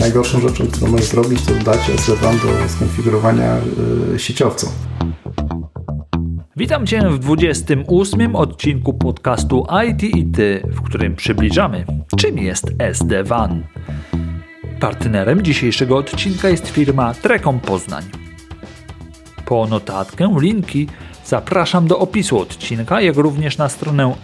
najgorszą rzeczą, którą możesz zrobić, to dać SD-WAN do skonfigurowania sieciowcom. Witam Cię w 28. odcinku podcastu IT i Ty, w którym przybliżamy, czym jest SD-WAN. Partnerem dzisiejszego odcinka jest firma Trecom Poznań. Po notatkę, linki zapraszam do opisu odcinka, jak również na stronę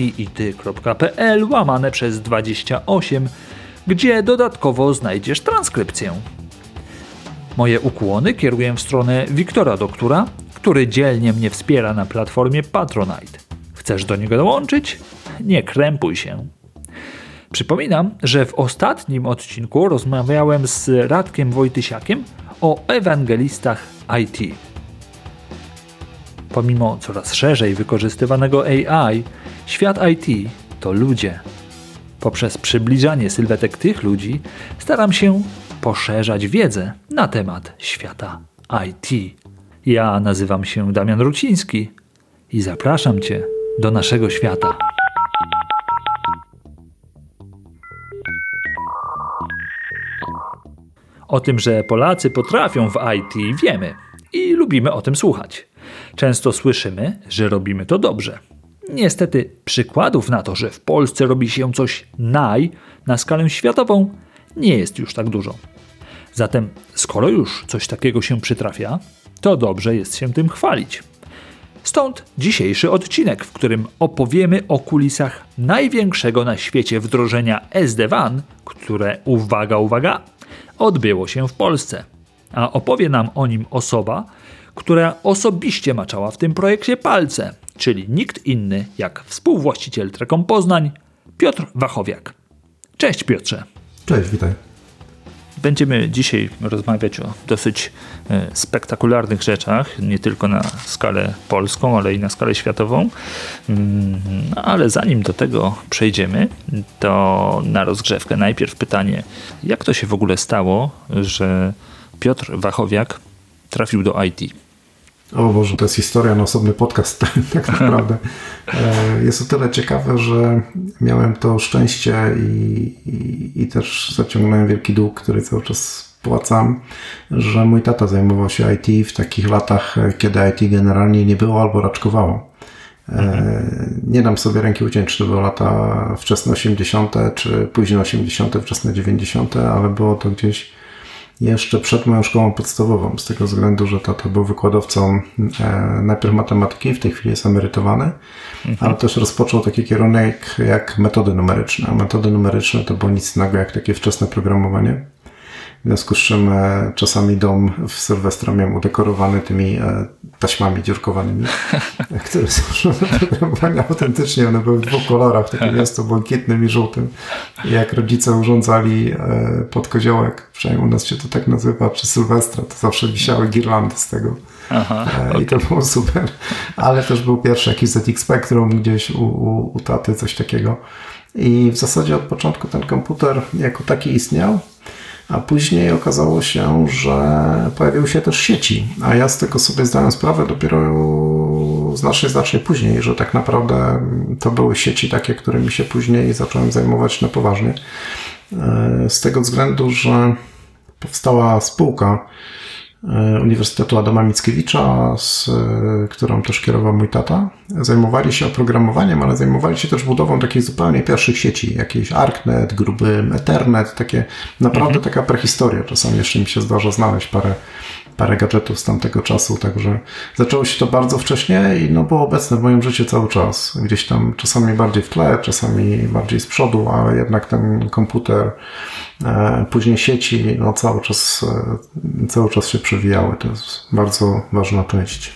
itity.pl/28, gdzie dodatkowo znajdziesz transkrypcję. Moje ukłony kieruję w stronę Wiktora Doktora, który dzielnie mnie wspiera na platformie Patronite. Chcesz do niego dołączyć? Nie krępuj się. Przypominam, że w ostatnim odcinku rozmawiałem z Radkiem Wojtysiakiem o ewangelistach IT. Pomimo coraz szerzej wykorzystywanego AI, świat IT to ludzie. Poprzez przybliżanie sylwetek tych ludzi staram się poszerzać wiedzę na temat świata IT. Ja nazywam się Damian Ruciński i zapraszam Cię do naszego świata. O tym, że Polacy potrafią w IT, wiemy i lubimy o tym słuchać. Często słyszymy, że robimy to dobrze. Niestety przykładów na to, że w Polsce robi się coś na skalę światową, nie jest już tak dużo. Zatem skoro już coś takiego się przytrafia, to dobrze jest się tym chwalić. Stąd dzisiejszy odcinek, w którym opowiemy o kulisach największego na świecie wdrożenia SD-WAN, które, uwaga, odbyło się w Polsce. A opowie nam o nim osoba, która osobiście maczała w tym projekcie palce, czyli nikt inny jak współwłaściciel Trecom Poznań, Piotr Wachowiak. Cześć Piotrze. Cześć, witaj. Będziemy dzisiaj rozmawiać o dosyć spektakularnych rzeczach, nie tylko na skalę polską, ale i na skalę światową. Ale zanim do tego przejdziemy, to na rozgrzewkę najpierw pytanie, jak to się w ogóle stało, że Piotr Wachowiak trafił do IT? O Boże, to jest historia na osobny podcast tak naprawdę. Jest o tyle ciekawe, że miałem to szczęście i też zaciągnąłem wielki dług, który cały czas spłacam, że mój tata zajmował się IT w takich latach, kiedy IT generalnie nie było albo raczkowało. Nie dam sobie ręki uciąć, czy to były lata wczesne 80., czy późne 80., wczesne 90., ale było to gdzieś jeszcze przed moją szkołą podstawową, z tego względu, że tata był wykładowcą najpierw matematyki, w tej chwili jest emerytowany, ale też rozpoczął taki kierunek jak metody numeryczne. A metody numeryczne to było nic innego jak takie wczesne programowanie. W związku z czym czasami dom w Sylwestra miałem udekorowany tymi taśmami dziurkowanymi, które są do programowania autentycznie. One były w dwóch kolorach, takim jest błękitnym i żółtym. I jak rodzice urządzali pod koziołek, przynajmniej u nas się to tak nazywa, czy Sylwestra, to zawsze wisiały girlandy z tego. I to było super. Ale też był pierwszy jakiś ZX Spectrum gdzieś u taty, coś takiego. I w zasadzie od początku ten komputer jako taki istniał. A później okazało się, że pojawiły się też sieci, a ja z tego sobie zdałem sprawę dopiero znacznie później, że tak naprawdę to były sieci takie, którymi się później zacząłem zajmować na poważnie. Z tego względu, że powstała spółka Uniwersytetu Adama Mickiewicza, z którą też kierował mój tata. Zajmowali się oprogramowaniem, ale zajmowali się też budową takich zupełnie pierwszych sieci, jakiejś ARCnet, gruby Ethernet, takie naprawdę taka prehistoria. Czasami jeszcze mi się zdarza znaleźć parę gadżetów z tamtego czasu, także zaczęło się to bardzo wcześnie i było obecne w moim życiu cały czas. Gdzieś tam czasami bardziej w tle, czasami bardziej z przodu, ale jednak ten komputer, później sieci, cały czas się przewijały. To jest bardzo ważna część.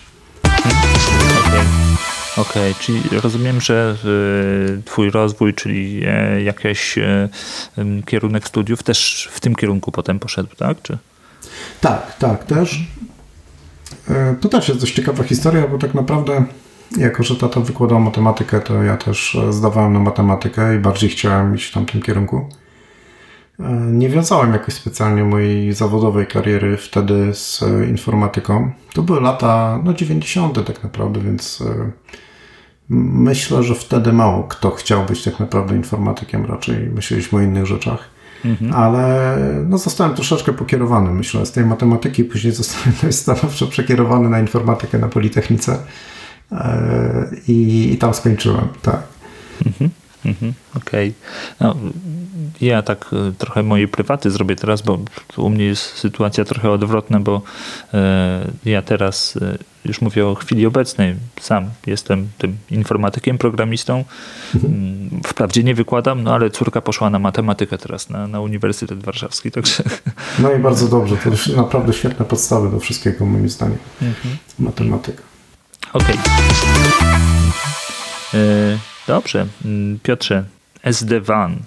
Okej, czyli rozumiem, że twój rozwój, czyli jakiś kierunek studiów też w tym kierunku potem poszedł, tak? Czy? Tak, też. To też jest dość ciekawa historia, bo tak naprawdę jako, że tata wykładał matematykę, to ja też zdawałem na matematykę i bardziej chciałem iść w tamtym kierunku. Nie wiązałem jakoś specjalnie mojej zawodowej kariery wtedy z informatyką. To były lata 90. tak naprawdę, więc myślę, że wtedy mało kto chciał być tak naprawdę informatykiem. Raczej myśleliśmy o innych rzeczach. ale no, zostałem troszeczkę pokierowany, myślę, z tej matematyki, później zostałem dość stanowczo przekierowany na informatykę na Politechnice i tam skończyłem, tak. Okej. No, ja tak trochę mojej prywaty zrobię teraz, bo u mnie jest sytuacja trochę odwrotna, bo ja teraz już mówię o chwili obecnej. Sam jestem tym informatykiem, programistą. Wprawdzie nie wykładam, no ale córka poszła na matematykę teraz na Uniwersytet Warszawski. Także... No i bardzo dobrze. To już naprawdę świetne podstawy do wszystkiego, moim zdaniem. Matematyka. Okej. Dobrze. Piotrze, SD-WAN.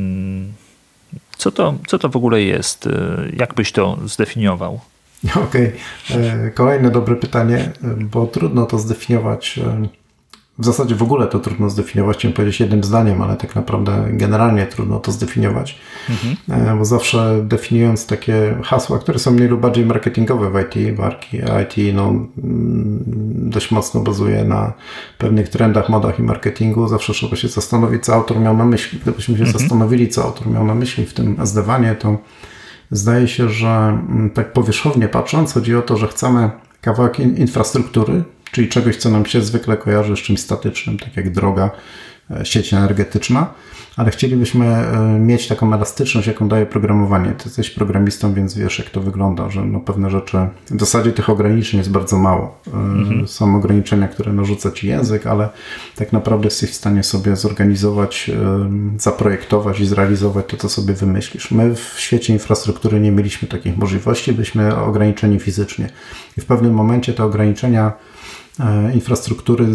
Co to w ogóle jest? Jak byś to zdefiniował? Okej. Kolejne dobre pytanie, bo trudno to zdefiniować. W zasadzie w ogóle to trudno zdefiniować, chciałem powiedzieć jednym zdaniem, ale tak naprawdę generalnie trudno to zdefiniować. Bo zawsze definiując takie hasła, które są mniej lub bardziej marketingowe w IT, bo IT no, dość mocno bazuje na pewnych trendach, modach i marketingu, zawsze trzeba się zastanowić, co autor miał na myśli. Gdybyśmy się zastanowili, co autor miał na myśli w tym SD-WANie, to zdaje się, że tak powierzchownie patrząc, chodzi o to, że chcemy kawałek infrastruktury, czyli czegoś, co nam się zwykle kojarzy z czymś statycznym, tak jak droga, sieć energetyczna, ale chcielibyśmy mieć taką elastyczność, jaką daje programowanie. Ty jesteś programistą, więc wiesz, jak to wygląda, że no pewne rzeczy, w zasadzie tych ograniczeń jest bardzo mało. Są ograniczenia, które narzuca ci język, ale tak naprawdę jesteś w stanie sobie zorganizować, zaprojektować i zrealizować to, co sobie wymyślisz. My w świecie infrastruktury nie mieliśmy takich możliwości, byliśmy ograniczeni fizycznie. I w pewnym momencie te ograniczenia infrastruktury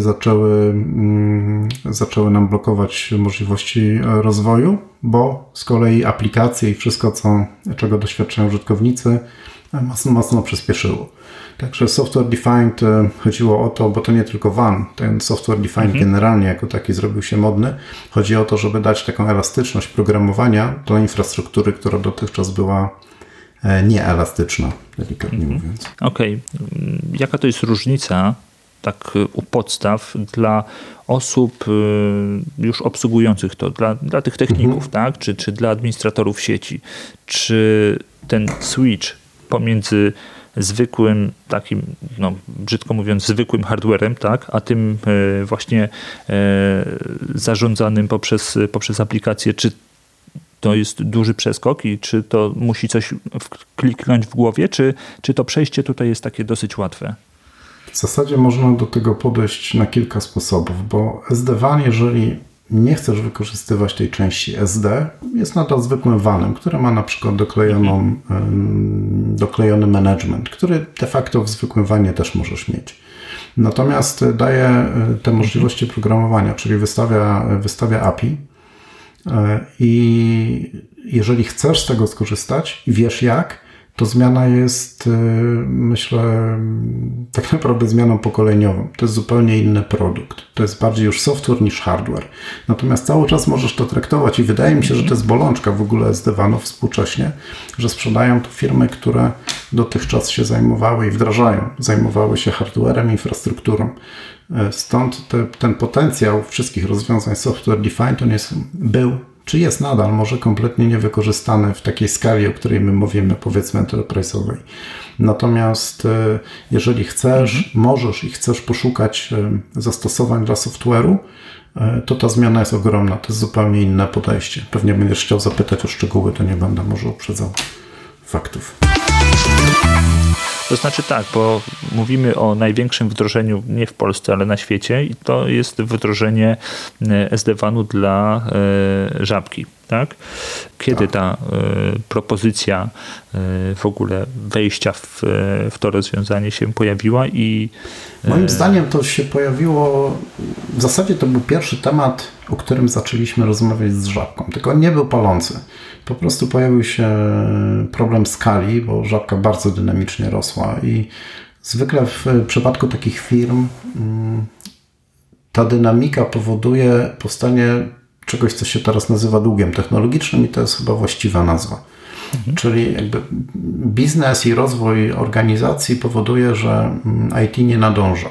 zaczęły nam blokować możliwości rozwoju, bo z kolei aplikacje i wszystko, czego doświadczają użytkownicy, mocno przyspieszyło. Także software defined chodziło o to, bo to nie tylko WAN, ten software defined generalnie jako taki zrobił się modny. Chodzi o to, żeby dać taką elastyczność programowania do infrastruktury, która dotychczas była nieelastyczna, delikatnie mówiąc. Okej. Jaka to jest różnica tak u podstaw dla osób już obsługujących to, dla tych techników, tak? Czy dla administratorów sieci? Czy ten switch pomiędzy zwykłym takim, no brzydko mówiąc, zwykłym hardwarem, tak? A tym właśnie zarządzanym poprzez aplikację, czy to jest duży przeskok i czy to musi coś kliknąć w głowie, czy to przejście tutaj jest takie dosyć łatwe? W zasadzie można do tego podejść na kilka sposobów, bo SD-WAN, jeżeli nie chcesz wykorzystywać tej części SD, jest nadal zwykłym WAN-em, który ma na przykład doklejony management, który de facto w zwykłym WAN-ie też możesz mieć. Natomiast daje te możliwości programowania, czyli wystawia API i jeżeli chcesz z tego skorzystać i wiesz jak, to zmiana jest, myślę, tak naprawdę zmianą pokoleniową. To jest zupełnie inny produkt. To jest bardziej już software niż hardware. Natomiast cały czas możesz to traktować i wydaje mi się, że to jest bolączka w ogóle SD-WAN-ów współcześnie, że sprzedają to firmy, które dotychczas się zajmowały i zajmowały się hardwarem, infrastrukturą. Stąd ten potencjał wszystkich rozwiązań software defined, on był czy jest nadal może kompletnie niewykorzystany w takiej skali, o której my mówimy, powiedzmy enterprise'owej. Natomiast jeżeli możesz i chcesz poszukać zastosowań dla software'u, to ta zmiana jest ogromna. To jest zupełnie inne podejście. Pewnie będziesz chciał zapytać o szczegóły, to nie będę może uprzedzał faktów. To znaczy tak, bo mówimy o największym wdrożeniu nie w Polsce, ale na świecie i to jest wdrożenie SD-WAN-u dla Żabki. Tak? Kiedy ta propozycja w ogóle wejścia w to rozwiązanie się pojawiła? Moim zdaniem to się pojawiło, w zasadzie to był pierwszy temat, o którym zaczęliśmy rozmawiać z Żabką, tylko on nie był palący. Po prostu pojawił się problem skali, bo Żabka bardzo dynamicznie rosła i zwykle w przypadku takich firm ta dynamika powoduje powstanie czegoś, co się teraz nazywa długiem technologicznym i to jest chyba właściwa nazwa. Czyli jakby biznes i rozwój organizacji powoduje, że IT nie nadąża.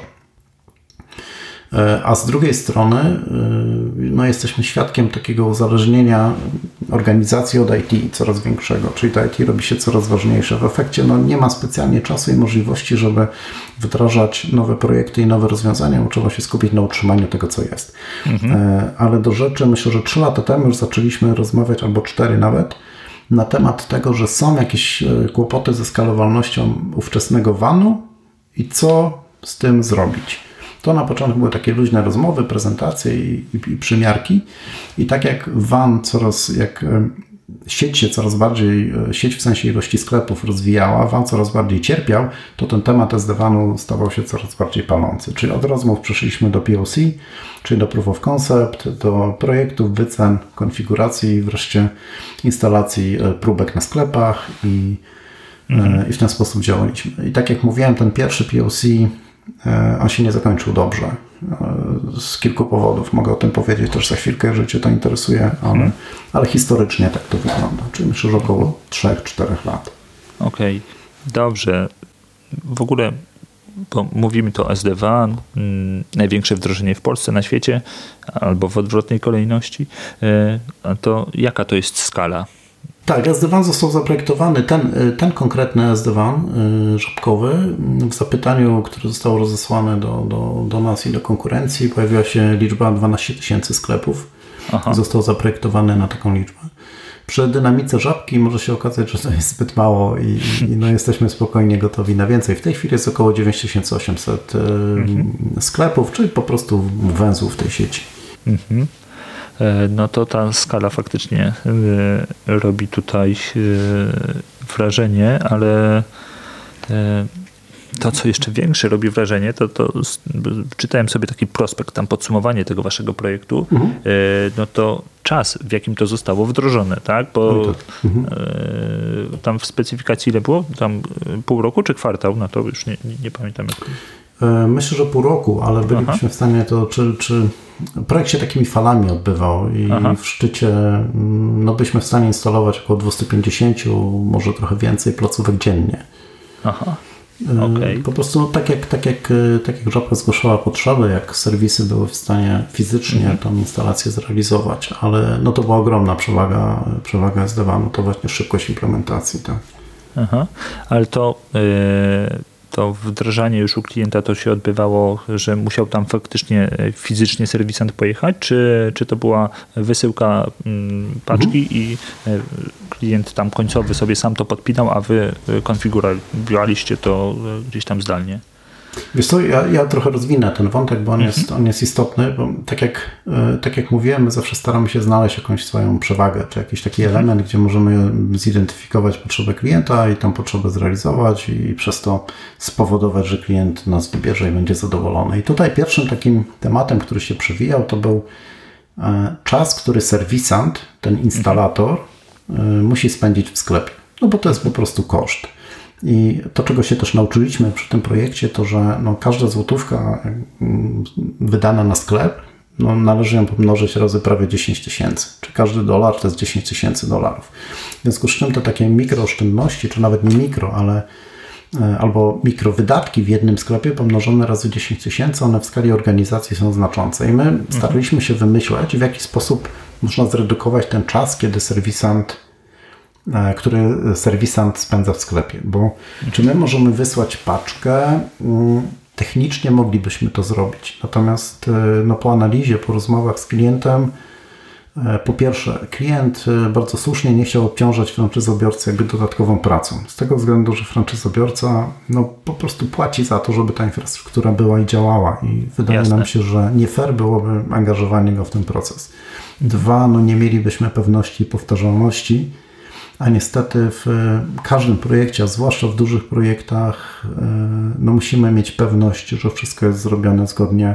A z drugiej strony no, jesteśmy świadkiem takiego uzależnienia organizacji od IT coraz większego, czyli to IT robi się coraz ważniejsze. W efekcie nie ma specjalnie czasu i możliwości, żeby wdrażać nowe projekty i nowe rozwiązania, bo trzeba się skupić na utrzymaniu tego, co jest. Ale do rzeczy, myślę, że 3 lata temu już zaczęliśmy rozmawiać, albo 4 nawet, na temat tego, że są jakieś kłopoty ze skalowalnością ówczesnego WAN-u i co z tym zrobić. To na początku były takie luźne rozmowy, prezentacje i przymiarki. I tak jak WAN sieć się coraz bardziej, sieć w sensie ilości sklepów rozwijała, WAN coraz bardziej cierpiał, to ten temat SD-WAN-u stawał się coraz bardziej palący. Czyli od rozmów przeszliśmy do POC, czyli do Proof of Concept, do projektów, wycen, konfiguracji i wreszcie instalacji próbek na sklepach i w ten sposób działaliśmy. I tak jak mówiłem, ten pierwszy POC on się nie zakończył dobrze. Z kilku powodów. Mogę o tym powiedzieć też za chwilkę, jeżeli Cię to interesuje, ale historycznie tak to wygląda. Czyli myślę, że około 3-4 lat. Okej, dobrze. W ogóle, bo mówimy to SD-WAN, największe wdrożenie w Polsce, na świecie, albo w odwrotnej kolejności. A to jaka to jest skala? Tak, SD-WAN został zaprojektowany, ten konkretny SD-WAN żabkowy w zapytaniu, które zostało rozesłane do nas i do konkurencji, pojawiła się liczba 12 000 sklepów. Został zaprojektowany na taką liczbę. Przy dynamice żabki może się okazać, że to jest zbyt mało i jesteśmy spokojnie gotowi na więcej. W tej chwili jest około 9800 sklepów, czyli po prostu węzłów tej sieci. No to ta skala faktycznie robi tutaj wrażenie, ale to, co jeszcze większe robi wrażenie, to czytałem sobie taki prospekt, tam podsumowanie tego waszego projektu, no to czas, w jakim to zostało wdrożone, tak? Bo tam w specyfikacji ile było? Tam pół roku czy kwartał? No to już nie pamiętam. Myślę, że pół roku, ale bylibyśmy w stanie to, czy projekt się takimi falami odbywał i w szczycie byliśmy w stanie instalować około 250, może trochę więcej placówek dziennie. Okay. Po prostu tak jak żabka zgłaszała potrzeby, jak serwisy były w stanie fizycznie tą instalację zrealizować, ale to była ogromna przewaga SD-WAN-u, to właśnie szybkość implementacji. Tak. Ale to wdrażanie już u klienta to się odbywało, że musiał tam faktycznie fizycznie serwisant pojechać, czy to była wysyłka paczki i klient tam końcowy sobie sam to podpinał, a wy konfigurowaliście to gdzieś tam zdalnie? Wiesz co, ja trochę rozwinę ten wątek, bo on jest istotny, bo tak jak mówiłem, my zawsze staramy się znaleźć jakąś swoją przewagę, czy jakiś taki element, gdzie możemy zidentyfikować potrzebę klienta i tą potrzebę zrealizować i przez to spowodować, że klient nas wybierze i będzie zadowolony. I tutaj pierwszym takim tematem, który się przewijał, to był czas, który serwisant, ten instalator, musi spędzić w sklepie. No bo to jest po prostu koszt. I to, czego się też nauczyliśmy przy tym projekcie, to, że każda złotówka wydana na sklep, należy ją pomnożyć razy prawie 10 000. Czy każdy dolar to jest 10 000 $. W związku z czym te takie mikrooszczędności, czy nawet nie mikro, ale albo mikrowydatki w jednym sklepie pomnożone razy 10 000, one w skali organizacji są znaczące. I my staraliśmy się wymyśleć, w jaki sposób można zredukować ten czas, który serwisant spędza w sklepie. Bo czy my możemy wysłać paczkę? Technicznie moglibyśmy to zrobić. Natomiast po analizie, po rozmowach z klientem, po pierwsze, klient bardzo słusznie nie chciał obciążać franczyzobiorcy dodatkową pracą. Z tego względu, że franczyzobiorca po prostu płaci za to, żeby ta infrastruktura była i działała. I wydaje nam się, że nie fair byłoby angażowanie go w ten proces. Dwa, nie mielibyśmy pewności i powtarzalności. A niestety w każdym projekcie, a zwłaszcza w dużych projektach, musimy mieć pewność, że wszystko jest zrobione zgodnie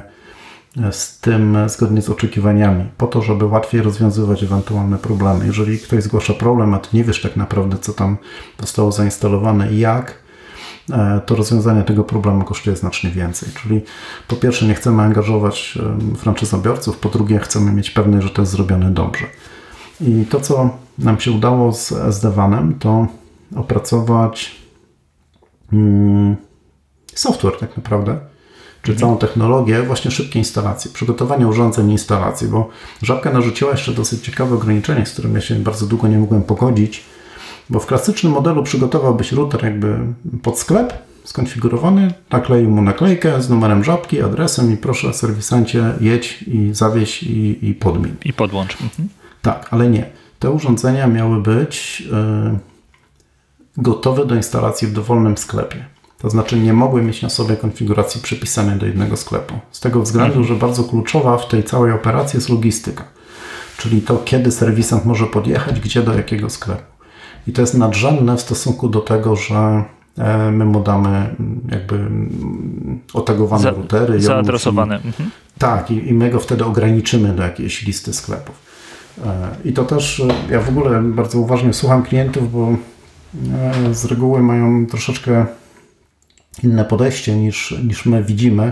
z oczekiwaniami, po to, żeby łatwiej rozwiązywać ewentualne problemy. Jeżeli ktoś zgłasza problem, a ty nie wiesz tak naprawdę, co tam zostało zainstalowane i jak, to rozwiązanie tego problemu kosztuje znacznie więcej. Czyli po pierwsze nie chcemy angażować franczyzobiorców, po drugie chcemy mieć pewność, że to jest zrobione dobrze. I to, co nam się udało z SD-WAN-em, to opracować software tak naprawdę, czy całą technologię właśnie szybkiej instalacji, przygotowania urządzeń i instalacji, bo Żabka narzuciła jeszcze dosyć ciekawe ograniczenie, z którym ja się bardzo długo nie mogłem pogodzić, bo w klasycznym modelu przygotowałbyś router jakby pod sklep, skonfigurowany, nakleił mu naklejkę z numerem Żabki, adresem i proszę serwisancie jedź i zawieź i podmień. I podłącz. Tak, ale nie. Te urządzenia miały być gotowe do instalacji w dowolnym sklepie. To znaczy nie mogły mieć na sobie konfiguracji przypisanej do jednego sklepu. Z tego względu, że bardzo kluczowa w tej całej operacji jest logistyka. Czyli to, kiedy serwisant może podjechać, gdzie, do jakiego sklepu. I to jest nadrzędne w stosunku do tego, że my mu damy jakby otagowane routery. Zaadresowane. Tak, i my go wtedy ograniczymy do jakiejś listy sklepów. I to też, ja w ogóle bardzo uważnie słucham klientów, bo z reguły mają troszeczkę inne podejście niż my widzimy.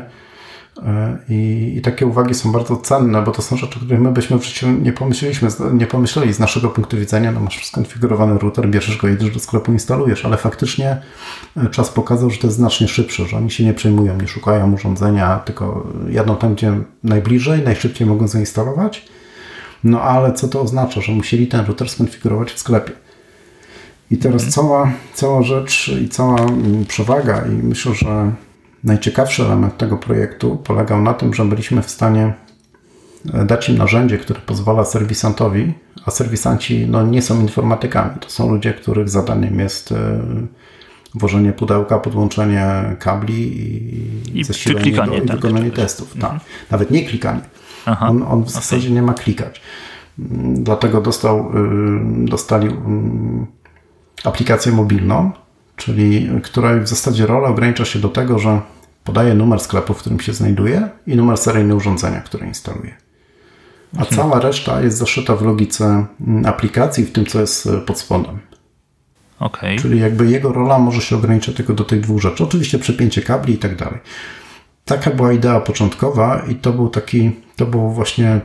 I takie uwagi są bardzo cenne, bo to są rzeczy, których my byśmy w życiu nie pomyśleli z naszego punktu widzenia. No masz skonfigurowany router, bierzesz go, jedziesz do sklepu, instalujesz, ale faktycznie czas pokazał, że to jest znacznie szybsze, że oni się nie przejmują, nie szukają urządzenia, tylko jadą tam, gdzie najbliżej, najszybciej mogą zainstalować. No ale co to oznacza? Że musieli ten router skonfigurować w sklepie. I teraz cała rzecz i cała przewaga i myślę, że najciekawszy element tego projektu polegał na tym, że byliśmy w stanie dać im narzędzie, które pozwala serwisantowi, a serwisanci nie są informatykami. To są ludzie, których zadaniem jest włożenie pudełka, podłączenie kabli i zasilenie go i wykonanie testów. Tak. Nawet nie klikanie. On w zasadzie nie ma klikać. Dlatego dostali aplikację mobilną, czyli której w zasadzie rola ogranicza się do tego, że podaje numer sklepu, w którym się znajduje i numer seryjny urządzenia, które instaluje. A cała reszta jest zaszyta w logice aplikacji, w tym, co jest pod spodem. Czyli jakby jego rola może się ograniczać tylko do tych dwóch rzeczy. Oczywiście przepięcie kabli i tak dalej. Taka była idea początkowa i to był właśnie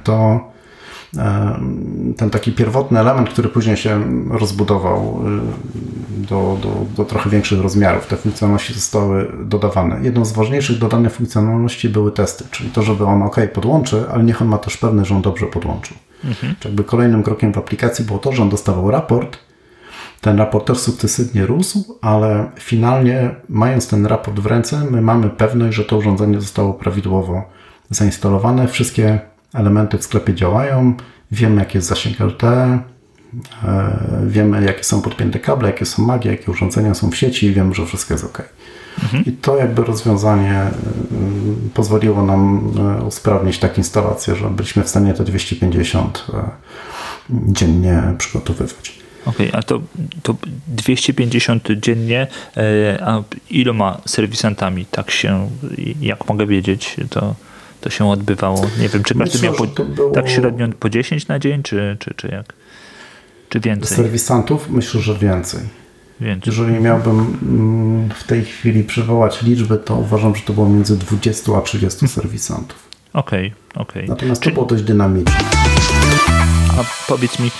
ten taki pierwotny element, który później się rozbudował do trochę większych rozmiarów. Te funkcjonalności zostały dodawane. Jedną z ważniejszych dodanych funkcjonalności były testy, czyli to, żeby on podłączy, ale niech on ma też pewność, że on dobrze podłączył. Czyli jakby kolejnym krokiem w aplikacji było to, że on dostawał raport. Ten raport też sukcesywnie rósł, ale finalnie, mając ten raport w ręce, my mamy pewność, że to urządzenie zostało prawidłowo zainstalowane. Wszystkie elementy w sklepie działają, wiemy, jaki jest zasięg LTE, wiemy, jakie są podpięte kable, jakie są magi, jakie urządzenia są w sieci i wiemy, że wszystko jest ok. I to jakby rozwiązanie pozwoliło nam usprawnić tak instalację, że byliśmy w stanie te 250 dziennie przygotowywać. A to 250 dziennie, a iloma serwisantami tak się, jak mogę wiedzieć, to się odbywało? Nie wiem, czy każdy miał tak średnio po 10 na dzień, czy jak? Czy więcej? Serwisantów myślę, że więcej. Jeżeli miałbym w tej chwili przywołać liczby, to uważam, że to było między 20 a 30 serwisantów. Okej. Natomiast to było dość dynamiczne. A powiedz mi,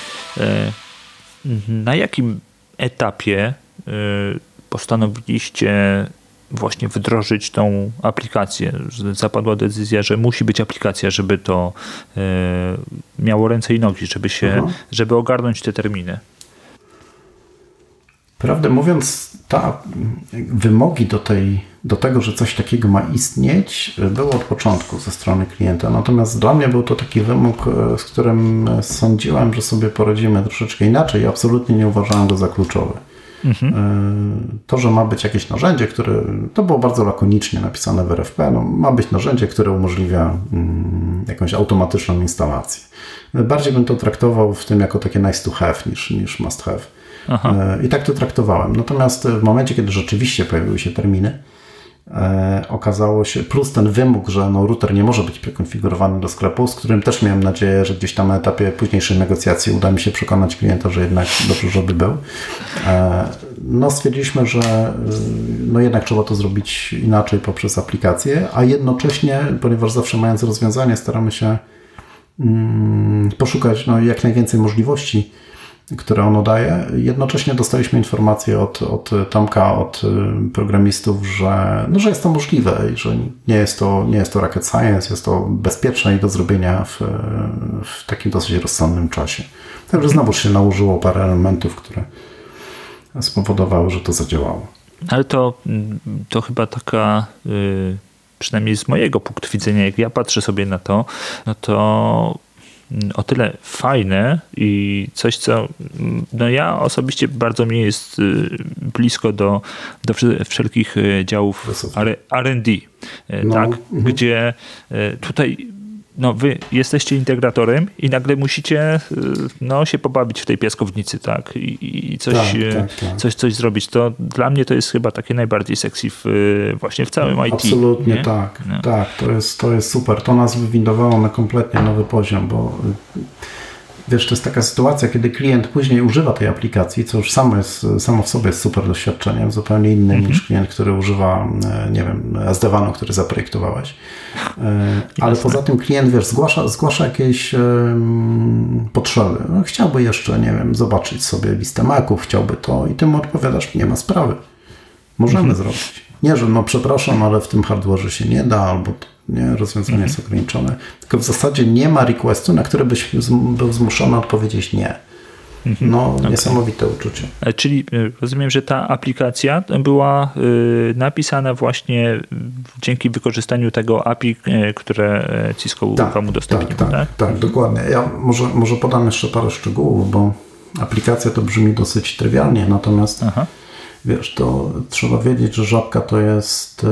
na jakim etapie postanowiliście właśnie wdrożyć tą aplikację? Zapadła decyzja, że musi być aplikacja, żeby to miało ręce i nogi, żeby ogarnąć te terminy. Prawdę mówiąc, wymogi do tego, że coś takiego ma istnieć, było od początku ze strony klienta. Natomiast dla mnie był to taki wymóg, z którym sądziłem, że sobie poradzimy troszeczkę inaczej i absolutnie nie uważałem go za kluczowy. To, że ma być jakieś narzędzie, to było bardzo lakonicznie napisane w RFP, ma być narzędzie, które umożliwia jakąś automatyczną instalację. Bardziej bym to traktował w tym jako takie nice to have niż must have. I tak to traktowałem. Natomiast w momencie, kiedy rzeczywiście pojawiły się terminy, okazało się, plus ten wymóg, że router nie może być prekonfigurowany do sklepu, z którym też miałem nadzieję, że gdzieś tam na etapie późniejszej negocjacji uda mi się przekonać klienta, że jednak dobrze, żeby był. Stwierdziliśmy, że jednak trzeba to zrobić inaczej poprzez aplikację, a jednocześnie, ponieważ zawsze mając rozwiązanie, staramy się poszukać jak najwięcej możliwości które ono daje. Jednocześnie dostaliśmy informację od Tomka, od programistów, że jest to możliwe i że nie jest to rocket science, jest to bezpieczne i do zrobienia w takim dosyć rozsądnym czasie. Także znowu się nałożyło parę elementów, które spowodowały, że to zadziałało. Ale to chyba taka, przynajmniej z mojego punktu widzenia, jak ja patrzę sobie na to, no to o tyle fajne i coś, co ja osobiście bardzo mi jest blisko do wszelkich działów R&D, tak? Gdzie tutaj wy jesteście integratorem i nagle musicie się pobawić w tej piaskownicy, tak? I coś zrobić. To dla mnie to jest chyba takie najbardziej sexy właśnie w całym IT. Absolutnie, nie? Tak. No. Tak, to jest super. To nas wywindowało na kompletnie nowy poziom, bo wiesz, to jest taka sytuacja, kiedy klient później używa tej aplikacji, co już samo w sobie jest super doświadczeniem, zupełnie innym niż klient, który używa, nie wiem, SD-WAN-u, który zaprojektowałeś. Ale poza tym klient, wiesz, zgłasza jakieś potrzeby. No, chciałby jeszcze, nie wiem, zobaczyć sobie listę Maców, chciałby to i ty mu odpowiadasz, nie ma sprawy. Możemy zrobić. Nie, że przepraszam, ale w tym hardware'ze się nie da, albo nie, rozwiązanie jest ograniczone. Tylko w zasadzie nie ma requestu, na który byś był zmuszony odpowiedzieć nie. Niesamowite uczucie. Czyli rozumiem, że ta aplikacja była napisana właśnie dzięki wykorzystaniu tego API, które Cisco wam udostępnił. Tak, dokładnie. Ja może podam jeszcze parę szczegółów, bo aplikacja to brzmi dosyć trywialnie, natomiast wiesz, to trzeba wiedzieć, że Żabka to jest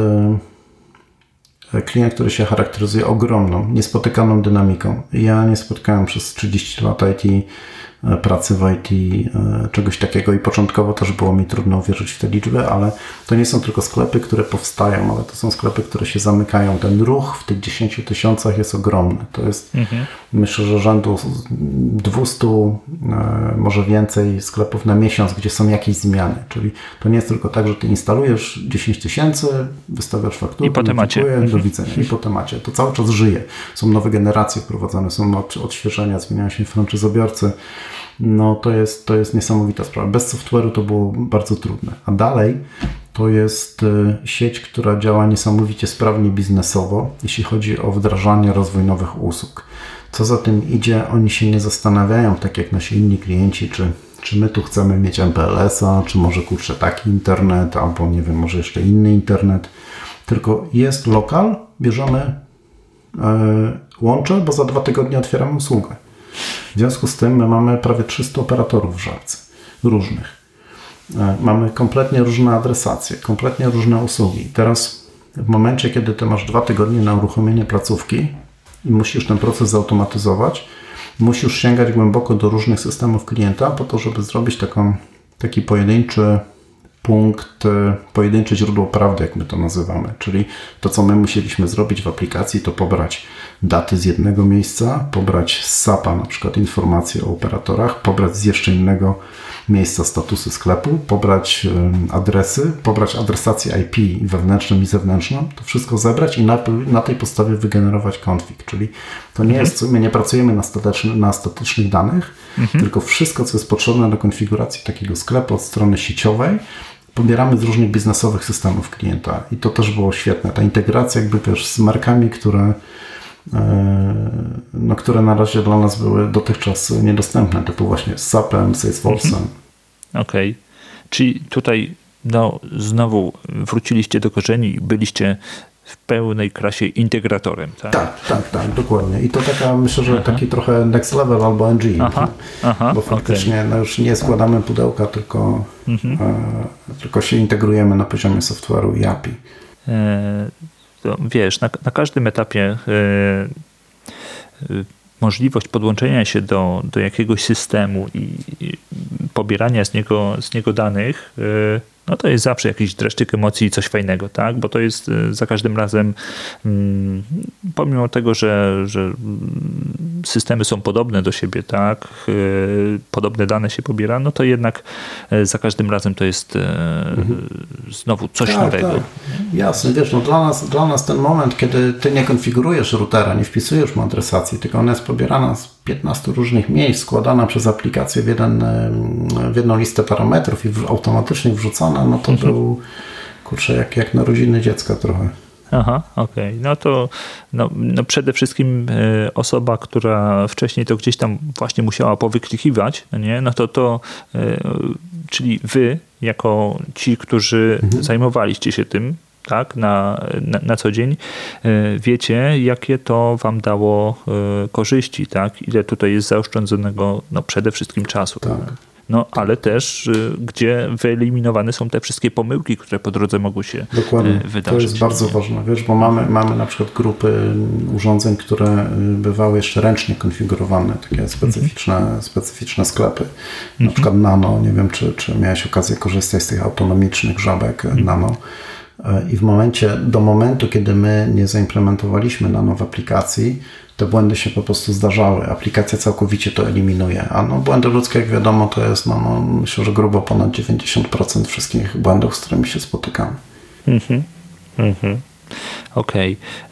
klient, który się charakteryzuje ogromną, niespotykaną dynamiką. Ja nie spotykałem przez 30 lat pracy w IT czegoś takiego i początkowo też było mi trudno uwierzyć w te liczby, ale to nie są tylko sklepy, które powstają, ale to są sklepy, które się zamykają. Ten ruch w tych 10 000 jest ogromny. To jest myślę, że rzędu 200, może więcej sklepów na miesiąc, gdzie są jakieś zmiany. Czyli to nie jest tylko tak, że ty instalujesz 10 000, wystawiasz fakturę, i potem macie. Do widzenia. I potem macie. To cały czas żyje. Są nowe generacje wprowadzane, są odświeżenia, zmieniają się franczyzobiorcy. To jest niesamowita sprawa. Bez software'u to było bardzo trudne. A dalej to jest sieć, która działa niesamowicie sprawnie biznesowo, jeśli chodzi o wdrażanie, rozwój nowych usług. Co za tym idzie, oni się nie zastanawiają, tak jak nasi inni klienci, czy my tu chcemy mieć MPLS-a, czy może taki internet, albo nie wiem, może jeszcze inny internet. Tylko jest lokal, bierzemy łącze, bo za 2 tygodnie otwieramy usługę. W związku z tym my mamy prawie 300 operatorów w Żabce, różnych. Mamy kompletnie różne adresacje, kompletnie różne usługi. Teraz w momencie, kiedy ty masz 2 tygodnie na uruchomienie placówki i musisz ten proces zautomatyzować, musisz sięgać głęboko do różnych systemów klienta po to, żeby zrobić taki pojedynczy punkt, pojedyncze źródło prawdy, jak my to nazywamy. Czyli to, co my musieliśmy zrobić w aplikacji, to pobrać daty z jednego miejsca, pobrać z SAP-a na przykład informacje o operatorach, pobrać z jeszcze innego miejsca statusy sklepu, pobrać adresy, pobrać adresację IP wewnętrzną i zewnętrzną, to wszystko zebrać i na tej podstawie wygenerować config. Czyli to nie jest, my nie pracujemy na statycznych danych, tylko wszystko, co jest potrzebne do konfiguracji takiego sklepu od strony sieciowej, pobieramy z różnych biznesowych systemów klienta i to też było świetne. Ta integracja z markami, które na razie dla nas były dotychczas niedostępne, typu właśnie z SAP-em, Salesforce'em. Okej. Czyli tutaj znowu wróciliście do korzeni i byliście w pełnej krasie integratorem, tak? Tak, dokładnie. I to myślę, że taki trochę next level albo NG, bo faktycznie już nie składamy pudełka, tylko się integrujemy na poziomie software'u i API. To wiesz, na każdym etapie możliwość podłączenia się do jakiegoś systemu i pobierania z niego danych, to jest zawsze jakiś dreszczyk emocji i coś fajnego, tak? Bo to jest za każdym razem, pomimo tego, że systemy są podobne do siebie, tak? Podobne dane się pobiera, to jednak za każdym razem to jest znowu coś nowego. Tak. Jasne, wiesz, dla nas ten moment, kiedy ty nie konfigurujesz routera, nie wpisujesz mu adresacji, tylko ona jest pobierana z 15 różnych miejsc, składana przez aplikację w jedną listę parametrów i automatycznie wrzucana, no to był, kurczę, jak narodziny dziecka trochę. Aha, okej. No to przede wszystkim osoba, która wcześniej to gdzieś tam właśnie musiała powyklikiwać, nie? No to czyli wy, jako ci, którzy zajmowaliście się tym, tak, na co dzień, wiecie, jakie to wam dało korzyści, tak? Ile tutaj jest zaoszczędzonego, no przede wszystkim czasu. Tak. No, ale też gdzie wyeliminowane są te wszystkie pomyłki, które po drodze mogły się Dokładnie. wydarzyć. To jest bardzo ważne, wiesz, bo mamy na przykład grupy urządzeń, które bywały jeszcze ręcznie konfigurowane, takie specyficzne sklepy. Na przykład Nano, nie wiem, czy miałeś okazję korzystać z tych autonomicznych żabek Nano. I do momentu, kiedy my nie zaimplementowaliśmy Nano w aplikacji, te błędy się po prostu zdarzały. Aplikacja całkowicie to eliminuje. A błędy ludzkie, jak wiadomo, to jest myślę, że grubo ponad 90% wszystkich błędów, z którymi się spotykamy. Okej.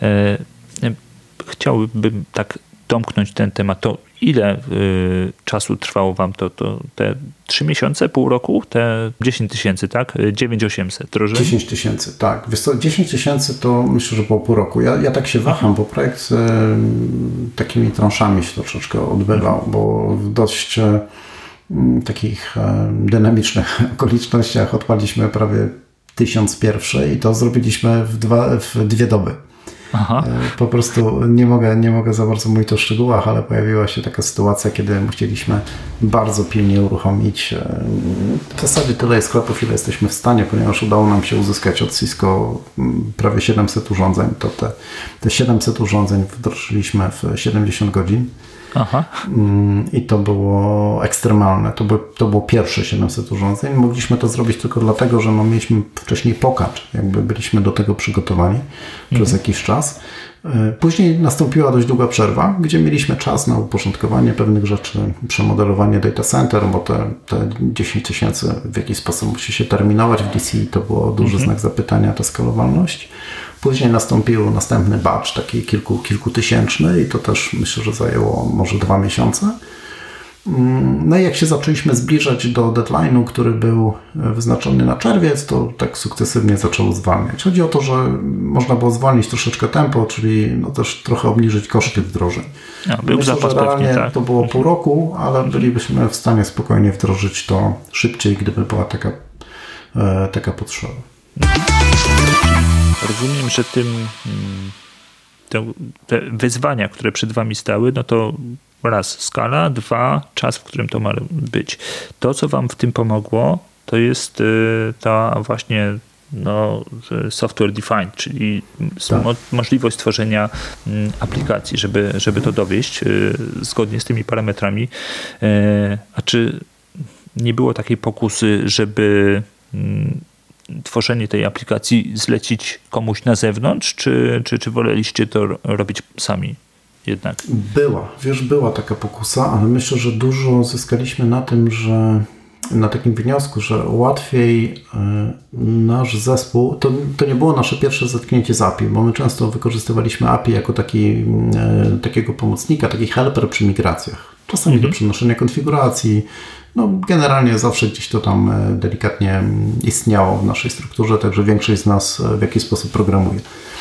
Chciałbym tak domknąć ten temat. To ile czasu trwało wam to te 3 miesiące, pół roku, te 10 tysięcy, tak? 9800 drożej? 10 tysięcy, tak. Wiesz co, 10 tysięcy to myślę, że było pół roku. Ja tak się waham, bo projekt takimi transzami się troszeczkę odbywał, bo w dość takich dynamicznych okolicznościach odpaliśmy prawie 1000 pierwsze i to zrobiliśmy w 2 doby. Aha. Po prostu nie mogę za bardzo mówić o szczegółach, ale pojawiła się taka sytuacja, kiedy musieliśmy bardzo pilnie uruchomić w zasadzie tyle sklepów, ile jesteśmy w stanie, ponieważ udało nam się uzyskać od Cisco prawie 700 urządzeń. To te 700 urządzeń wdrożyliśmy w 70 godzin. Aha. I to było ekstremalne. To było pierwsze 700 urządzeń. Mogliśmy to zrobić tylko dlatego, że mieliśmy wcześniej pokacz. Jakby byliśmy do tego przygotowani przez jakiś czas. Później nastąpiła dość długa przerwa, gdzie mieliśmy czas na uporządkowanie pewnych rzeczy, przemodelowanie data center, bo te 10 tysięcy w jakiś sposób musi się terminować w DC. To było duży znak zapytania, ta skalowalność. Później nastąpił następny batch, taki kilkutysięczny i to też myślę, że zajęło może 2 miesiące. No i jak się zaczęliśmy zbliżać do deadline'u, który był wyznaczony na czerwiec, to tak sukcesywnie zaczęło zwalniać. Chodzi o to, że można było zwolnić troszeczkę tempo, czyli też trochę obniżyć koszty wdrożeń. Myślę, że realnie tak. To było pół roku, ale bylibyśmy w stanie spokojnie wdrożyć to szybciej, gdyby była taka potrzeba. Rozumiem, że te wyzwania, które przed wami stały, no to raz skala, 2 czas, w którym to ma być. To, co wam w tym pomogło, to jest ta właśnie software defined, czyli możliwość stworzenia aplikacji, żeby to dowieść zgodnie z tymi parametrami. A czy nie było takiej pokusy, żeby tworzenie tej aplikacji zlecić komuś na zewnątrz, czy woleliście to robić sami jednak? Była taka pokusa, ale myślę, że dużo zyskaliśmy na tym, że na takim wniosku, że łatwiej nasz zespół, to nie było nasze pierwsze zetknięcie z API, bo my często wykorzystywaliśmy API jako takiego pomocnika, taki helper przy migracjach. Czasami do przenoszenia konfiguracji. Generalnie zawsze gdzieś to tam delikatnie istniało w naszej strukturze, także większość z nas w jakiś sposób programuje.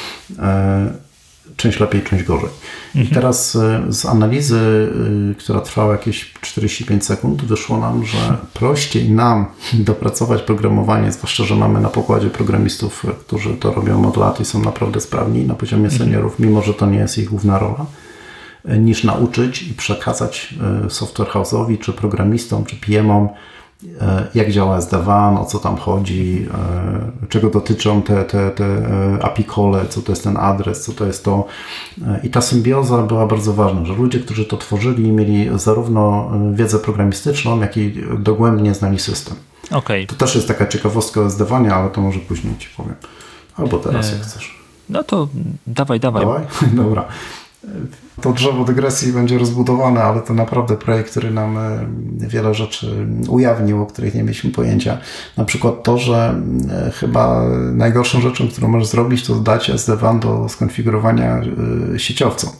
Część lepiej, część gorzej. I teraz z analizy, która trwała jakieś 45 sekund, wyszło nam, że prościej nam dopracować programowanie, zwłaszcza, że mamy na pokładzie programistów, którzy to robią od lat i są naprawdę sprawni na poziomie seniorów, mimo że to nie jest ich główna rola, niż nauczyć i przekazać software house'owi, czy programistom, czy PM-om, jak działa SD-WAN, o co tam chodzi, czego dotyczą te API call, co to jest ten adres, co to jest to. I ta symbioza była bardzo ważna, że ludzie, którzy to tworzyli, mieli zarówno wiedzę programistyczną, jak i dogłębnie znali system. Okay. To też jest taka ciekawostka o SD-WANie, ale to może później Ci powiem. Albo teraz, jak chcesz. No to dawaj. Dobra. To drzewo dygresji będzie rozbudowane, ale to naprawdę projekt, który nam wiele rzeczy ujawnił, o których nie mieliśmy pojęcia. Na przykład to, że chyba najgorszą rzeczą, którą możesz zrobić, to dać SD-WAN do skonfigurowania sieciowcom.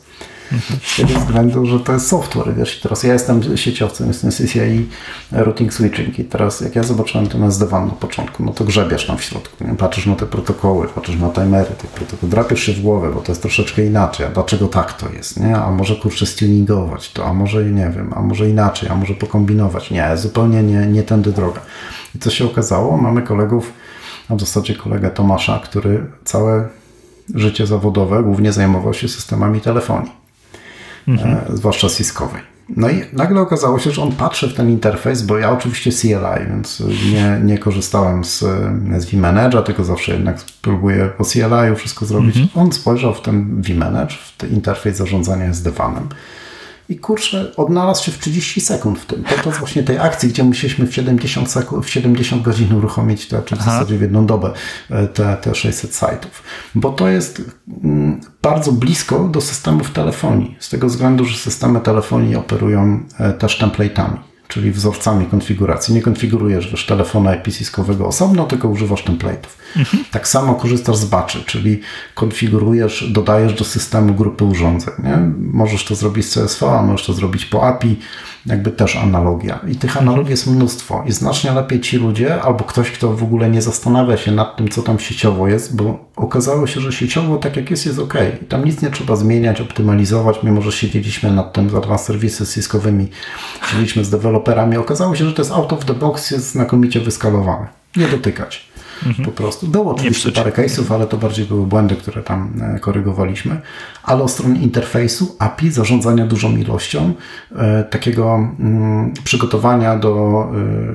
Z tego względu, że to jest software, wiesz, i teraz ja jestem sieciowcem, jestem CCIE Routing Switching i teraz jak ja zobaczyłem ten SD-WAN na początku, no to grzebiesz tam w środku, nie? Patrzysz na te protokoły, patrzysz na timery tych protokołów, drapiesz się w głowę, bo to jest troszeczkę inaczej, a dlaczego tak to jest, nie? A może kurczę stuningować to, a może nie wiem, a może inaczej, a może pokombinować, nie, zupełnie nie tędy droga. I co się okazało? Mamy kolegów, a w zasadzie kolegę Tomasza, który całe życie zawodowe głównie zajmował się systemami telefonii, zwłaszcza Ciscowej. No i nagle okazało się, że on patrzy w ten interfejs, bo ja oczywiście CLI, więc nie korzystałem z vManage'a, tylko zawsze jednak próbuję po CLI-u wszystko zrobić. On spojrzał w ten vManage, w ten interfejs zarządzania SD-WAN-em. I kurczę, odnalazł się w 30 sekund w tym. Podczas właśnie tej akcji, gdzie musieliśmy w 70 godzin uruchomić czy w zasadzie w jedną dobę te 600 sajtów. Bo to jest bardzo blisko do systemów telefonii. Z tego względu, że systemy telefonii operują też template'ami, czyli wzorcami konfiguracji. Nie konfigurujesz wiesz, telefonu IP-ciskowego osobno, tylko używasz template'ów. Tak samo korzystasz z batchy, czyli konfigurujesz, dodajesz do systemu grupy urządzeń. Nie? Możesz to zrobić z CSV, a możesz to zrobić po API, jakby też analogia. I tych analogii jest mnóstwo. I znacznie lepiej ci ludzie, albo ktoś, kto w ogóle nie zastanawia się nad tym, co tam sieciowo jest, bo okazało się, że sieciowo tak jak jest ok. I tam nic nie trzeba zmieniać, optymalizować, mimo że siedzieliśmy nad tym z Advanced Services Ciscowymi, siedzieliśmy z deweloperami. Okazało się, że to jest out of the box, jest znakomicie wyskalowane. Nie dotykać. Po prostu. Było oczywiście parę case'ów, ale to bardziej były błędy, które tam korygowaliśmy. Ale od strony interfejsu, API, zarządzania dużą ilością, takiego przygotowania do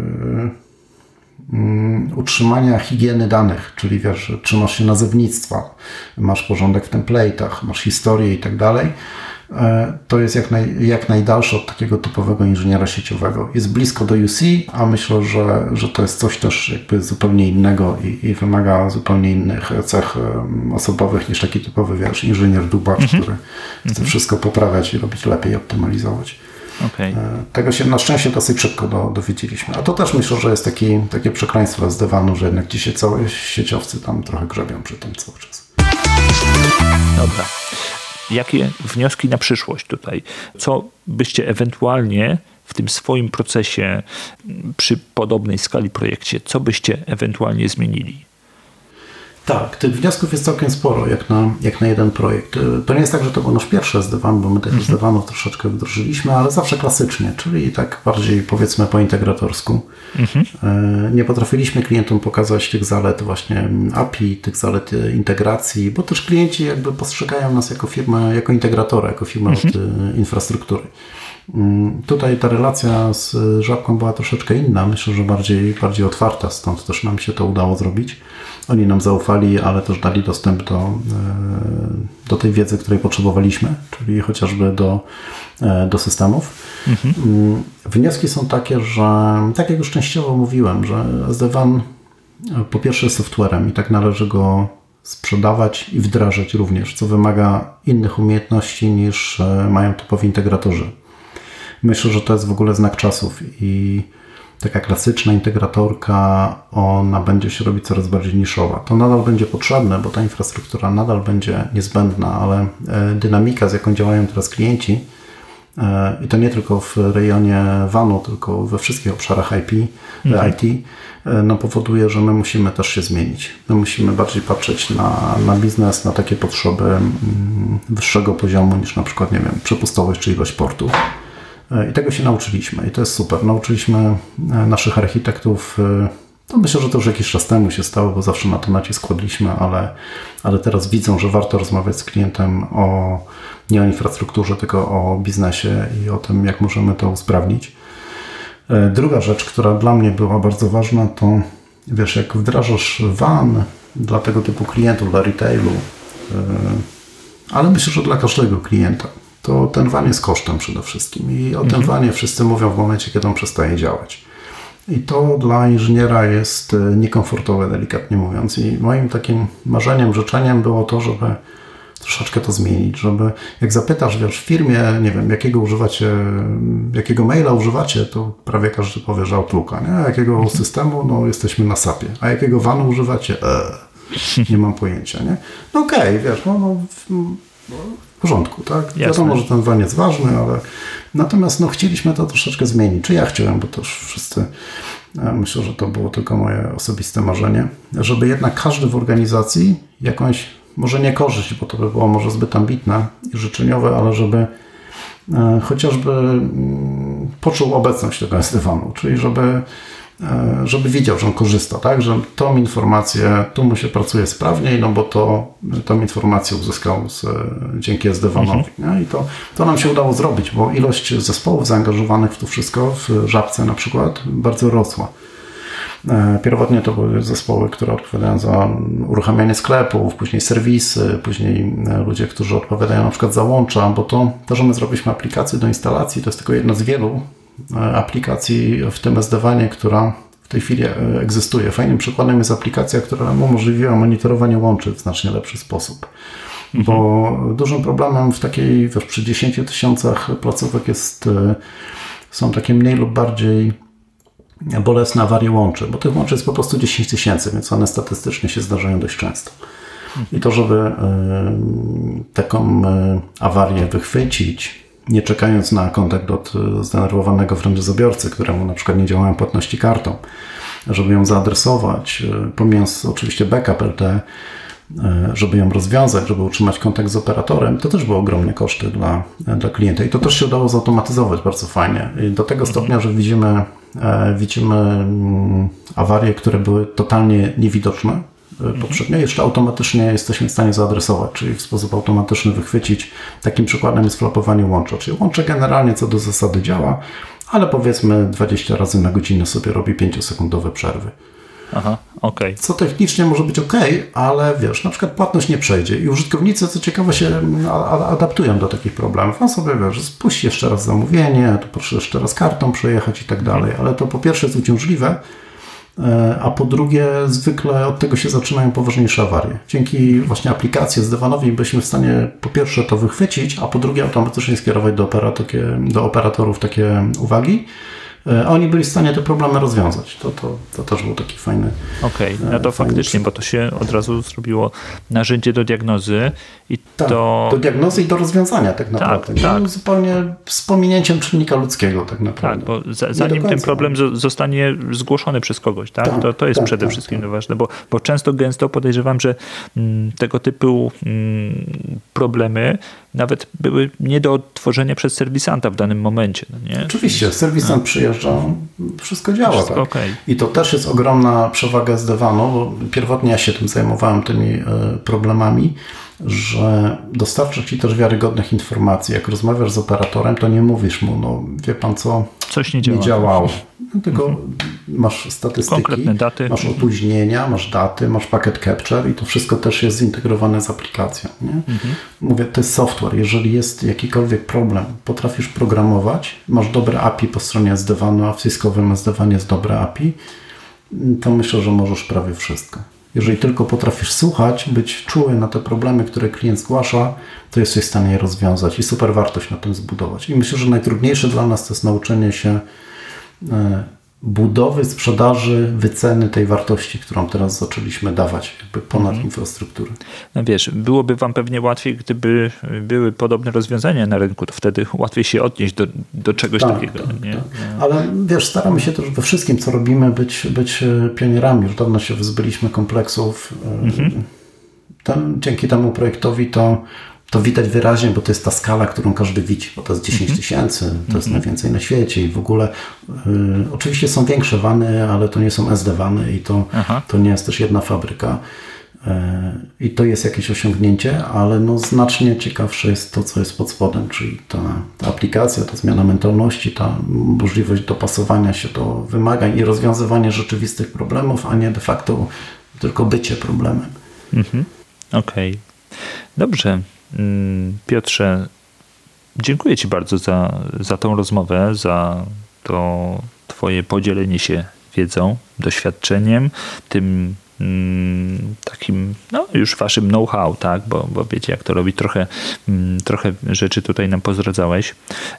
utrzymania higieny danych, czyli wiesz, trzymasz się nazewnictwa, masz porządek w template'ach, masz historię i tak dalej. To jest jak najdalsze od takiego typowego inżyniera sieciowego. Jest blisko do UC, a myślę, że to jest coś też jakby zupełnie innego i wymaga zupełnie innych cech osobowych niż taki typowy, wiesz, inżynier dubacz, który chce wszystko poprawiać i robić lepiej, optymalizować. Okay. Tego się na szczęście dosyć szybko dowiedzieliśmy. A to też myślę, że jest takie przekleństwo SD-WAN-u, że jednak dzisiaj całe sieciowcy tam trochę grzebią przy tym cały czas. Dobra. Jakie wnioski na przyszłość tutaj? Co byście ewentualnie w tym swoim procesie przy podobnej skali projekcie, co byście ewentualnie zmienili? Tak, tych wniosków jest całkiem sporo, jak na jeden projekt. To nie jest tak, że to był nasz pierwszy SD-WAN, bo my tych SD-WANów troszeczkę wdrożyliśmy, ale zawsze klasycznie, czyli tak bardziej powiedzmy po integratorsku. Nie potrafiliśmy klientom pokazać tych zalet właśnie API, tych zalet integracji, bo też klienci jakby postrzegają nas jako firmę, jako integratora, jako firmę od infrastruktury. Tutaj ta relacja z Żabką była troszeczkę inna, myślę, że bardziej otwarta, stąd też nam się to udało zrobić. Oni nam zaufali, ale też dali dostęp do tej wiedzy, której potrzebowaliśmy, czyli chociażby do systemów. Wnioski są takie, że tak jak już częściowo mówiłem, że SD-WAN po pierwsze jest softwarem i tak należy go sprzedawać i wdrażać również, co wymaga innych umiejętności niż mają typowi integratorzy. Myślę, że to jest w ogóle znak czasów i taka klasyczna integratorka, ona będzie się robić coraz bardziej niszowa. To nadal będzie potrzebne, bo ta infrastruktura nadal będzie niezbędna, ale dynamika, z jaką działają teraz klienci, i to nie tylko w rejonie WAN-u, tylko we wszystkich obszarach IT, no powoduje, że my musimy też się zmienić. My musimy bardziej patrzeć na biznes, na takie potrzeby wyższego poziomu niż na przykład, nie wiem, przepustowość czy ilość portów. I tego się nauczyliśmy i to jest super. Nauczyliśmy naszych architektów, to myślę, że to już jakiś czas temu się stało, bo zawsze na to nacisk kładliśmy, ale teraz widzą, że warto rozmawiać z klientem nie o infrastrukturze, tylko o biznesie i o tym, jak możemy to usprawnić. Druga rzecz, która dla mnie była bardzo ważna, to wiesz, jak wdrażasz WAN dla tego typu klientów, dla retailu, ale myślę, że dla każdego klienta, to ten WAN jest kosztem przede wszystkim i o tym WANie wszyscy mówią w momencie, kiedy on przestaje działać. I to dla inżyniera jest niekomfortowe, delikatnie mówiąc. I moim takim marzeniem, życzeniem było to, żeby troszeczkę to zmienić, żeby jak zapytasz, wiesz, w firmie, nie wiem, jakiego maila używacie, to prawie każdy powie, że Outlooka, nie? Jakiego systemu, no jesteśmy na SAP-ie. A jakiego WAN-u używacie? Nie mam pojęcia, nie? No okej, wiesz, w porządku, tak? Jasne. Wiadomo, że ten WAN jest ważny, ale natomiast chcieliśmy to troszeczkę zmienić. Czy ja chciałem, bo to już wszyscy, myślę, że to było tylko moje osobiste marzenie, żeby jednak każdy w organizacji jakąś, może nie korzyść, bo to by było może zbyt ambitne i życzeniowe, ale żeby chociażby poczuł obecność tego SD-WAN-u, czyli żeby widział, że on korzysta, tak? Że tą informację, tu mu się pracuje sprawniej, no bo tą informację uzyskał dzięki SD-WAN-owi. I to nam się udało zrobić, bo ilość zespołów zaangażowanych w to wszystko, w Żabce na przykład, bardzo rosła. Pierwotnie to były zespoły, które odpowiadają za uruchamianie sklepów, później serwisy, później ludzie, którzy odpowiadają na przykład za łącza, bo to, że my zrobiliśmy aplikację do instalacji, to jest tylko jedna z wielu aplikacji w tym SD-WANie, która w tej chwili egzystuje. Fajnym przykładem jest aplikacja, która nam umożliwiła monitorowanie łączy w znacznie lepszy sposób. Bo dużym problemem przy 10 000 placówek są takie mniej lub bardziej bolesne awarie łączy, bo tych łączy jest po prostu 10 000, więc one statystycznie się zdarzają dość często. I to, żeby taką awarię wychwycić, nie czekając na kontakt od zdenerwowanego wręcz zabiorcy, któremu na przykład nie działają płatności kartą, żeby ją zaadresować, pomijając oczywiście backup LTE, żeby ją rozwiązać, żeby utrzymać kontakt z operatorem, to też były ogromne koszty dla klienta i to też się udało zautomatyzować bardzo fajnie. I do tego stopnia, że widzimy awarie, które były totalnie niewidoczne poprzednio, jeszcze automatycznie jesteśmy w stanie zaadresować, czyli w sposób automatyczny wychwycić. Takim przykładem jest flapowanie łącza, czyli łącze generalnie co do zasady działa, ale powiedzmy 20 razy na godzinę sobie robi 5-sekundowe przerwy. Aha, okej. Co technicznie może być ale wiesz, na przykład płatność nie przejdzie i użytkownicy, co ciekawe, się adaptują do takich problemów. On sobie, wiesz, spuść jeszcze raz zamówienie, to proszę jeszcze raz kartą przejechać i tak dalej, ale to po pierwsze jest uciążliwe, a po drugie zwykle od tego się zaczynają poważniejsze awarie. Dzięki właśnie aplikacji SD-WAN-owi byliśmy w stanie po pierwsze to wychwycić, a po drugie automatycznie skierować do operatorów takie uwagi, a oni byli w stanie te problemy rozwiązać. To też był taki fajny... Okej, no to faktycznie, bo to się od razu zrobiło narzędzie do diagnozy i do diagnozy i do rozwiązania tak naprawdę. Tak. Zupełnie z pominięciem czynnika ludzkiego tak naprawdę. Tak, bo zanim ten problem zostanie zgłoszony przez kogoś, tak? To jest przede wszystkim ważne, bo gęsto podejrzewam, że tego typu problemy nawet były nie do odtworzenia przez serwisanta w danym momencie. No nie? Oczywiście, serwisant przyjeżdża, wszystko działa. Wszystko tak. Okay. I to też jest ogromna przewaga SD-WAN-u, bo pierwotnie ja się tym zajmowałem, tymi problemami, że dostarcza ci też wiarygodnych informacji. Jak rozmawiasz z operatorem, to nie mówisz mu, no wie pan co, coś nie działało. No, tylko masz statystyki, konkretne daty. Masz opóźnienia, masz daty, masz packet capture i to wszystko też jest zintegrowane z aplikacją. Nie? Mówię, to jest software. Jeżeli jest jakikolwiek problem, potrafisz programować, masz dobre API po stronie SD-WAN-u, a w Cisco'wym SD-WAN jest dobre API, to myślę, że możesz prawie wszystko. Jeżeli tylko potrafisz słuchać, być czuły na te problemy, które klient zgłasza, to jesteś w stanie je rozwiązać i super wartość na tym zbudować. I myślę, że najtrudniejsze dla nas to jest nauczenie się budowy, sprzedaży, wyceny tej wartości, którą teraz zaczęliśmy dawać jakby ponad infrastrukturę. No wiesz, byłoby wam pewnie łatwiej, gdyby były podobne rozwiązania na rynku, to wtedy łatwiej się odnieść do czegoś takiego. Nie? Tak. Ale wiesz, staramy się też we wszystkim, co robimy, być pionierami. Już dawno się wyzbyliśmy kompleksów. Dzięki temu projektowi to widać wyraźnie, bo to jest ta skala, którą każdy widzi, bo to jest 10 000, to jest najwięcej na świecie i w ogóle oczywiście są większe WAN-y, ale to nie są SD-WAN-y i to nie jest też jedna fabryka i to jest jakieś osiągnięcie, ale no znacznie ciekawsze jest to, co jest pod spodem, czyli ta aplikacja, ta zmiana mentalności, ta możliwość dopasowania się do wymagań i rozwiązywanie rzeczywistych problemów, a nie de facto tylko bycie problemem. Okej. Dobrze. Piotrze, dziękuję Ci bardzo za tą rozmowę, za to Twoje podzielenie się wiedzą, doświadczeniem, tym takim, no już Waszym know-how, tak, bo wiecie jak to robić, trochę rzeczy tutaj nam pozdradzałeś.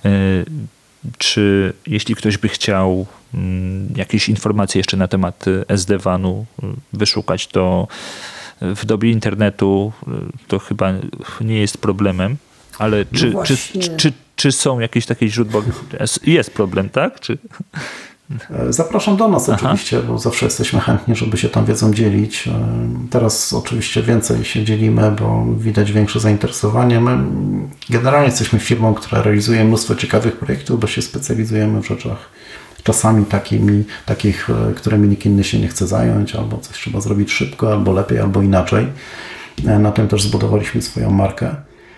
Czy jeśli ktoś by chciał jakieś informacje jeszcze na temat SD-WAN-u wyszukać, to w dobie internetu to chyba nie jest problemem, ale czy są jakieś takie źródła? Jest problem, tak? Zapraszam do nas oczywiście, bo zawsze jesteśmy chętni, żeby się tam wiedzą dzielić. Teraz oczywiście więcej się dzielimy, bo widać większe zainteresowanie. My generalnie jesteśmy firmą, która realizuje mnóstwo ciekawych projektów, bo się specjalizujemy w rzeczach czasami takich, którymi nikt inny się nie chce zająć, albo coś trzeba zrobić szybko, albo lepiej, albo inaczej. Na tym też zbudowaliśmy swoją markę.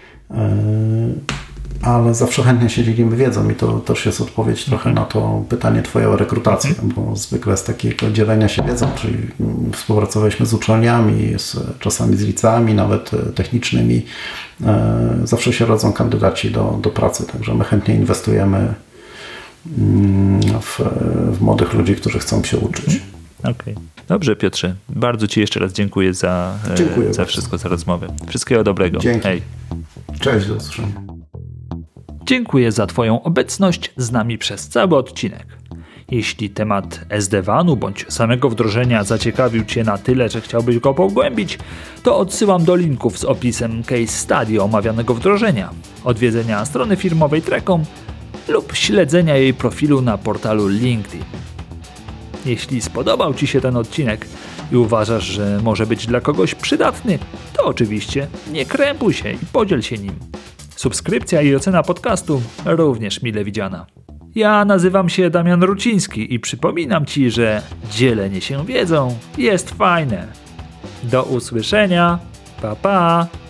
Ale zawsze chętnie się dzielimy wiedzą i to też jest odpowiedź trochę na to pytanie twoje o rekrutację, bo zwykle z takiego dzielenia się wiedzą, czyli współpracowaliśmy z uczelniami, czasami z liceami, nawet technicznymi, zawsze się rodzą kandydaci do pracy, także my chętnie inwestujemy w młodych ludzi, którzy chcą się uczyć. Okej. Dobrze, Piotrze, bardzo Ci jeszcze raz dziękuję za wszystko, za rozmowę. Wszystkiego dobrego. Dzięki. Hej. Cześć, do usłyszenia. Dziękuję za Twoją obecność z nami przez cały odcinek. Jeśli temat SD-WAN-u bądź samego wdrożenia zaciekawił Cię na tyle, że chciałbyś go pogłębić, to odsyłam do linków z opisem case study omawianego wdrożenia, odwiedzenia strony firmowej Trekom lub śledzenia jej profilu na portalu LinkedIn. Jeśli spodobał Ci się ten odcinek i uważasz, że może być dla kogoś przydatny, to oczywiście nie krępuj się i podziel się nim. Subskrypcja i ocena podcastu również mile widziana. Ja nazywam się Damian Ruciński i przypominam Ci, że dzielenie się wiedzą jest fajne. Do usłyszenia. Pa, pa.